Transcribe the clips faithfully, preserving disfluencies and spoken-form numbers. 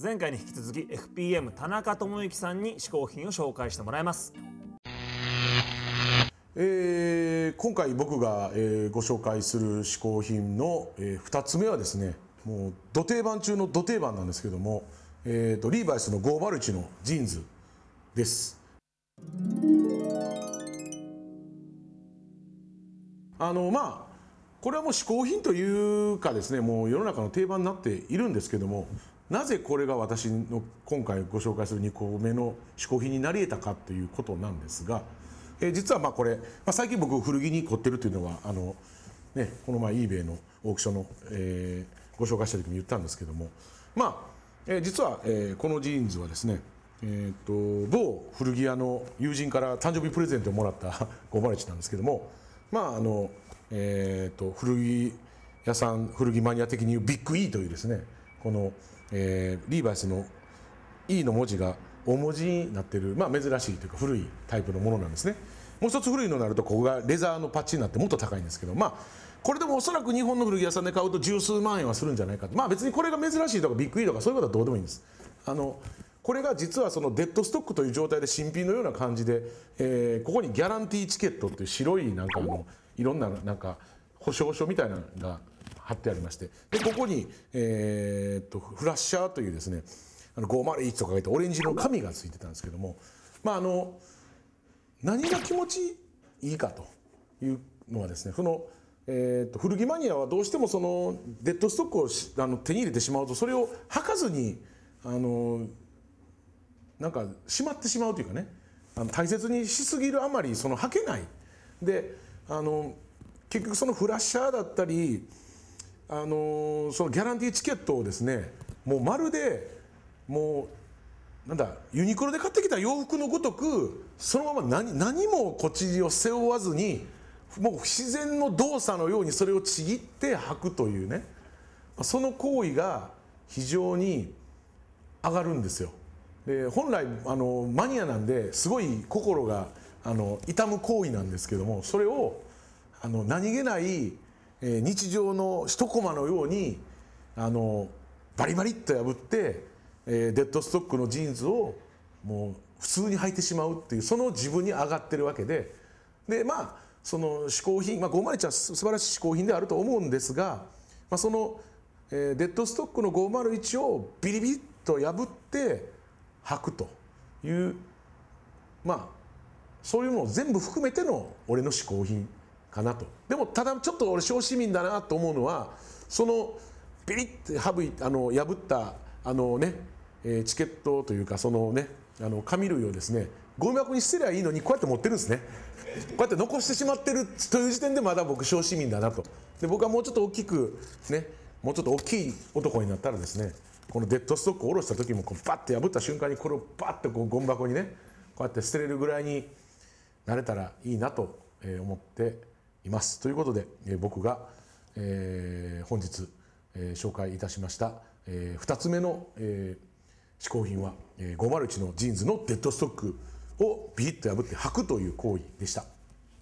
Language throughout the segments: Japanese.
前回に引き続き エフピーエム 田中智之さんに試行品を紹介してもらいます。 えー、今回僕が、えー、ご紹介する試行品の、えー、ふたつめはですね、もうド定番中のド定番なんですけども、えー、とリーバイスのごーまるいちのジーンズです。あのまあこれはもう試行品というかですね、もう世の中の定番になっているんですけども、なぜこれが私の今回ご紹介するにこめの試行品になり得たかということなんですが、えー、実はまあこれ、まあ、最近僕古着に凝ってるというのはあの、ね、この前 eBay のオークションの、えー、ご紹介した時に言ったんですけども、まあ、えー、実は、えー、このジーンズはですね、えー、と某古着屋の友人から誕生日プレゼントをもらったごーまるいちなんですけども、まああのえー、と古着屋さん古着マニア的に言うビッグ E というですね、この、えー、リーバイスの E の文字が大文字になっている、まあ、珍しいというか古いタイプのものなんですね。もう一つ古いのになるとここがレザーのパッチになってもっと高いんですけど、まあこれでもおそらく日本の古着屋さんで買うと十数万円はするんじゃないかと。まあ別にこれが珍しいとかビッグ E とかそういうことはどうでもいいんです。あのこれが実はそのデッドストックという状態で新品のような感じで、えー、ここにギャランティーチケットっていう白いなんかあのいろんななんか保証書みたいなのが貼ってありまして、でここに、えー、っとフラッシャーというですね、あのごーまるいちとか書いてオレンジの紙がついてたんですけども、まああの何が気持ちいいかというのはですね、その、えー、と古着マニアはどうしてもそのデッドストックをあの手に入れてしまうと、それを履かずにあのなんかしまってしまうというかね、あの大切にしすぎるあまりその履けないで、あの結局そのフラッシャーだったり、あのそのギャランティーチケットをですね、もうまるでもうなんだユニクロで買ってきた洋服のごとくそのまま 何, 何もこっちを背負わずに、もう自然の動作のようにそれをちぎって履くというね、その行為が非常に上がるんですよ。で本来あのマニアなんですごい心があの痛む行為なんですけども、それをあの何気ない、えー、日常の一コマのようにあのバリバリっと破って、えー、デッドストックのジーンズをもう普通に履いてしまうっていう、その自分に上がってるわけで、でまあその嗜好品、まあ、ごーまるいちは素晴らしい嗜好品であると思うんですが、まあ、その、えー、デッドストックのごーまるいちをビリビリっと破って履くという、まあそういうものを全部含めての俺の嗜好品かなと。でもただちょっと俺小市民だなと思うのは、そのビリッて破いあの破ったあのね、えー、チケットというかそのねあの紙類をですねゴミ箱に捨てりゃいいのにこうやって持ってるんですね。こうやって残してしまってるという時点でまだ僕小市民だなと。で僕はもうちょっと大きくね、もうちょっと大きい男になったらですね、このデッドストックを下ろした時もこうバッて破った瞬間にこれをバッてこうゴミ箱にねこうやって捨てれるぐらいになれたらいいなと思っています。ということで僕が、えー、本日、えー、紹介いたしました、えー、ふたつめの、えー、嗜好品は、えー、ごーまるいちのジーンズのデッドストックをビリッと破って履くという行為でした。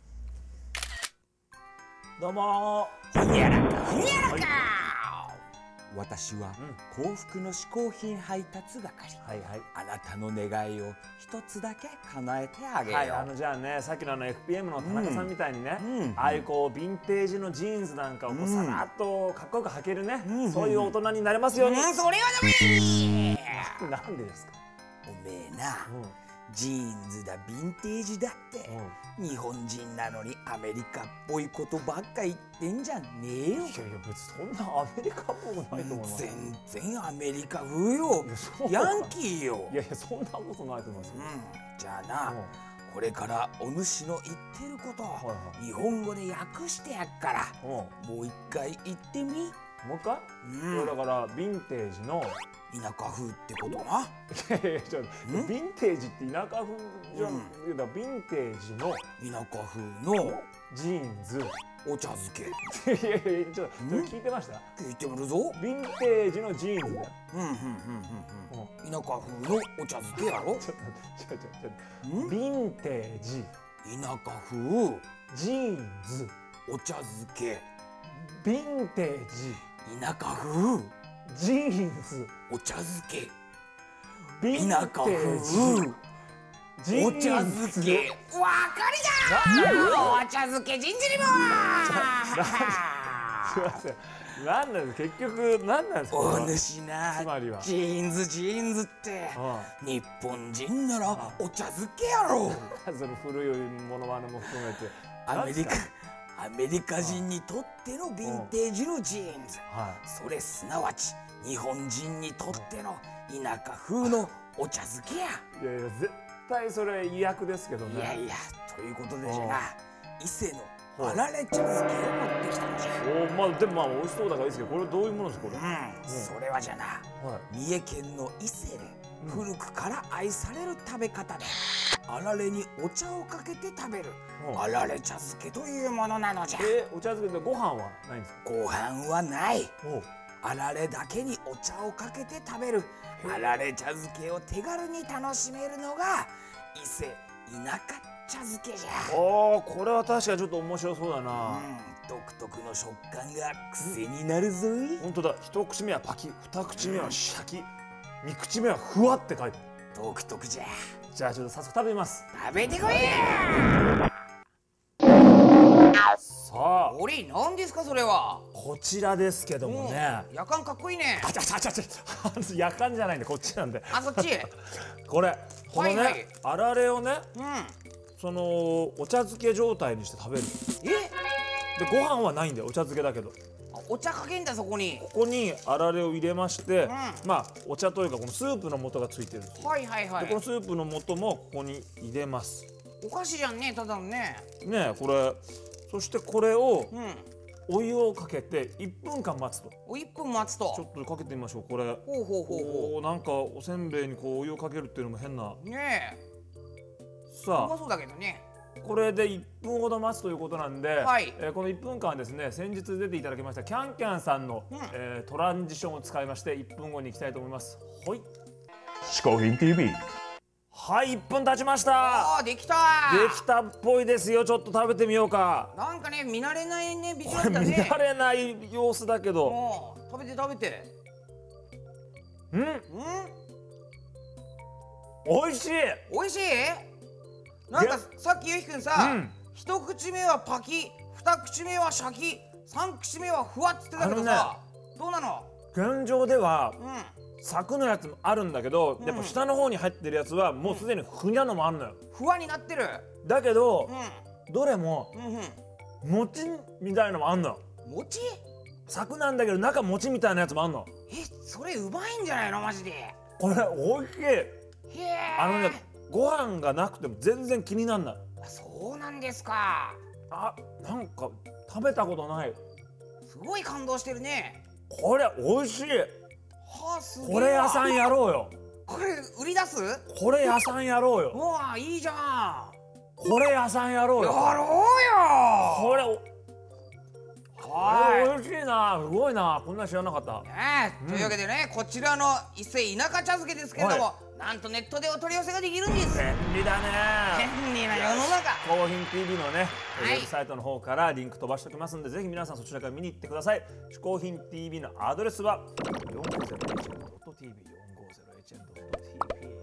どうもほにゃらかほにゃらか、はい、私は幸福の嗜好品配達係、はいはい、あなたの願いを一つだけ叶えてあげよう。はい、 あのじゃあね、さっきのあの エフピーエム の田中さんみたいにね、うん、ああいうこうヴィンテージのジーンズなんかをこうさらっとかっこよく履けるね、うん、そういう大人になれますように。 うん、それはダメなんでですか。 おめえな、うん、ジーンズだヴィンテージだって、うん、日本人なのにアメリカっぽいことばっか言ってんじゃねえよ。いやいや別にそんなアメリカっぽくないと思います。 全然アメリカ風よ、ヤンキーよ。 いやいやそんなことないと思いますよ、 うん、じゃあな、うん、これからお主の言ってることを日本語で訳してやっから、うん、もう一回言ってみ。 もう一回、うん、だからヴィンテージの田舎風ってことな。 いやいやちょっとヴィンテージって田舎風じゃん、うん、ヴィンテージの田舎風のジーンズお茶漬け。 いやいやちょっと聞いてました。 聞いてるぞ。 ヴィンテージのジーンズだよ。 うんうんうんうんうん。田舎風のお茶漬けやろ。ちょっとちょっとちょっとヴィンテージ田舎風ジーンズお茶漬けヴィンテージ田舎風ジーンズお茶漬けヴィン田舎テー風ジお茶漬けわかりだお茶漬けジンジリボすいません。なんなんです結局なんなんですか。 お主なつまりはジーンズジーンズってあ日本人ならお茶漬けやろあその古いものまねも含めてアメリカなんですかアメリカ人にとってのヴィンテージのジーンズはそれすなわち日本人にとっての田舎風のお茶漬けやい。いやいや絶対それ違約ですけどね。 いやいやということでじゃうんな伊勢のあられ茶漬けを持ってきたのじゃおまあでもまあ美味しそうだからいいですけどこれどういうものですかこれ。 うんそれはじゃなはい三重県の伊勢で古くから愛される食べ方であられにお茶をかけて食べるうんあられ茶漬けというものなのじゃえお茶漬けでご飯はないんですか。 ご飯はないおあられだけにお茶をかけて食べるあられ茶漬けを手軽に楽しめるのが伊勢田舎茶漬けじゃおこれは確かにちょっと面白そうだな。 うん独特の食感が癖になるぞい本当だ一口目はパキ二口目はシャキ二口目はふわって書いてある。 独特じゃじゃあちょっと早速食べます。 食べてこいさあ俺何ですかそれはこちらですけどもね。 夜間かっこいいねあちゃちゃちゃちゃ夜間じゃないんでこっちなんで。 あそっちこれこのね、 はいはいあられをねうんそのお茶漬け状態にして食べる。 えでご飯はないんだよお茶漬けだけどあお茶かけんだそこにここにあられを入れまして、 んまあお茶というかこのスープの素がついてるんですよ。 はいはいはいでこのスープの素もここに入れますお菓子じゃんねただのねねえこれそしてこれをうんお湯をかけていっぷんかん待つと。 おいっぷん待つとちょっとかけてみましょうこれ。 ほうほうほうほおーなんかおせんべいにこうお湯をかけるっていうのも変な。 うねえうさあまそうだけどねこれでいっぷんほど待つということなんで、 はいえーこのいっぷんかんはですね先日出ていただきましたキャンキャンさんの、 うんえートランジションを使いましていっぷんごに行きたいと思います。ほい嗜好品 ティーブイ。 はいいっぷん経ちましたあーできたできたっぽいですよ。ちょっと食べてみようか。 なんかね見慣れないねビジュこれ見アルだね慣れない様子だけどもう食べて食べてうんうん美味しい。 美味しいなんかさっきゆうひくんさ、 うん一口目はパキ二口目はシャキ三口目はふわっつってたけどさ、どうなの現状ではうんサクのやつもあるんだけど、やっぱ下の方に入ってるやつはもうすでにふにゃのもあるのよ。 ふわになってるだけどうどれもんうんうん餅みたいのもあんのよ。 餅サクなんだけど中餅みたいなやつもあんの。 えそれうまいんじゃないのマジでこれ美味しい。 へえあのねご飯がなくても全然気になんない。 そうなんですかあなんか食べたことない。 すごい感動してるねこれ美味しい。 はあすげえわこれ屋さんやろうよ。 これ売り出すこれ屋さんやろうよ。 うわいいじゃんこれ屋さんやろうよ。 やろうよこれおはい美味しいな。すごいな。こんなん知らなかった。 ねえ、というわけでねこちらの伊勢田舎茶漬けですけれども、 はなんとネットでお取り寄せができるんです便利だね。 便利な世の中高品 ティーブイ のね、 はいウェブサイトの方からリンク飛ばしておきますんで、ぜひ皆さんそちらから見に行ってください。嗜好品 ティーブイ のアドレスは よんごゼロエイチエヌドットティーブイ よんごゼロエイチエヌドットティーブイ。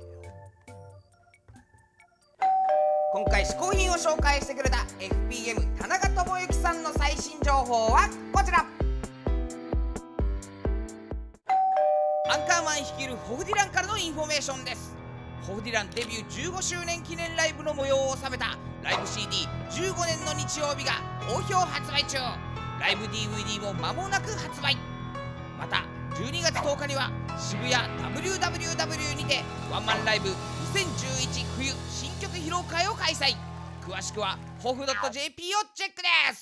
今回試行品を紹介してくれた エフピーエム 田中智之さんの最新情報はこちらアンカーマン率いるホフディランからのインフォメーションです。ホフディランデビューじゅうごしゅうねん記念ライブの模様を収めたライブ シーディーじゅうごねんの日曜日が好評発売中。ライブ ディーブイディー も間もなく発売。またじゅうにがつとおかには渋谷 ダブリューダブリューダブリュー にてワンマンライブにせんじゅういち冬新曲披露会を開催。詳しくは ホフドットジェーピー をチェックです。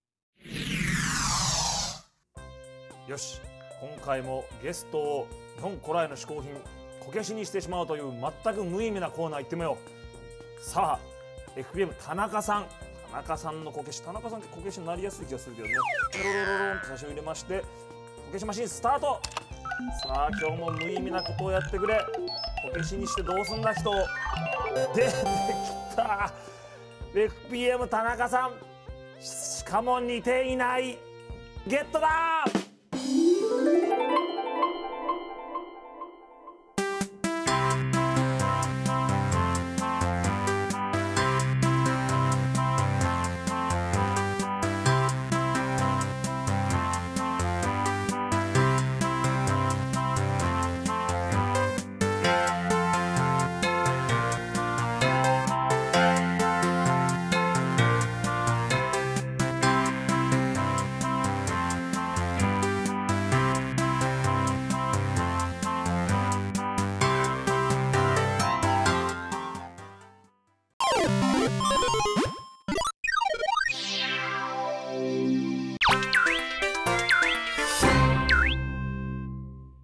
よし、今回もゲストを日本古来の嗜好品こけしにしてしまうという全く無意味なコーナー行ってみよう。さあ エフピーエム 田中さん田中さんのこけし田中さんってこけしになりやすい気がするけどね。ロロロロロンと写真を入れましてこけしマシンスタート。さあ今日も無意味なことをやってくれ。こけしにしてどうすんだ人。出てきた エフピーエム 田中さん。しかも似ていない。ゲットだー。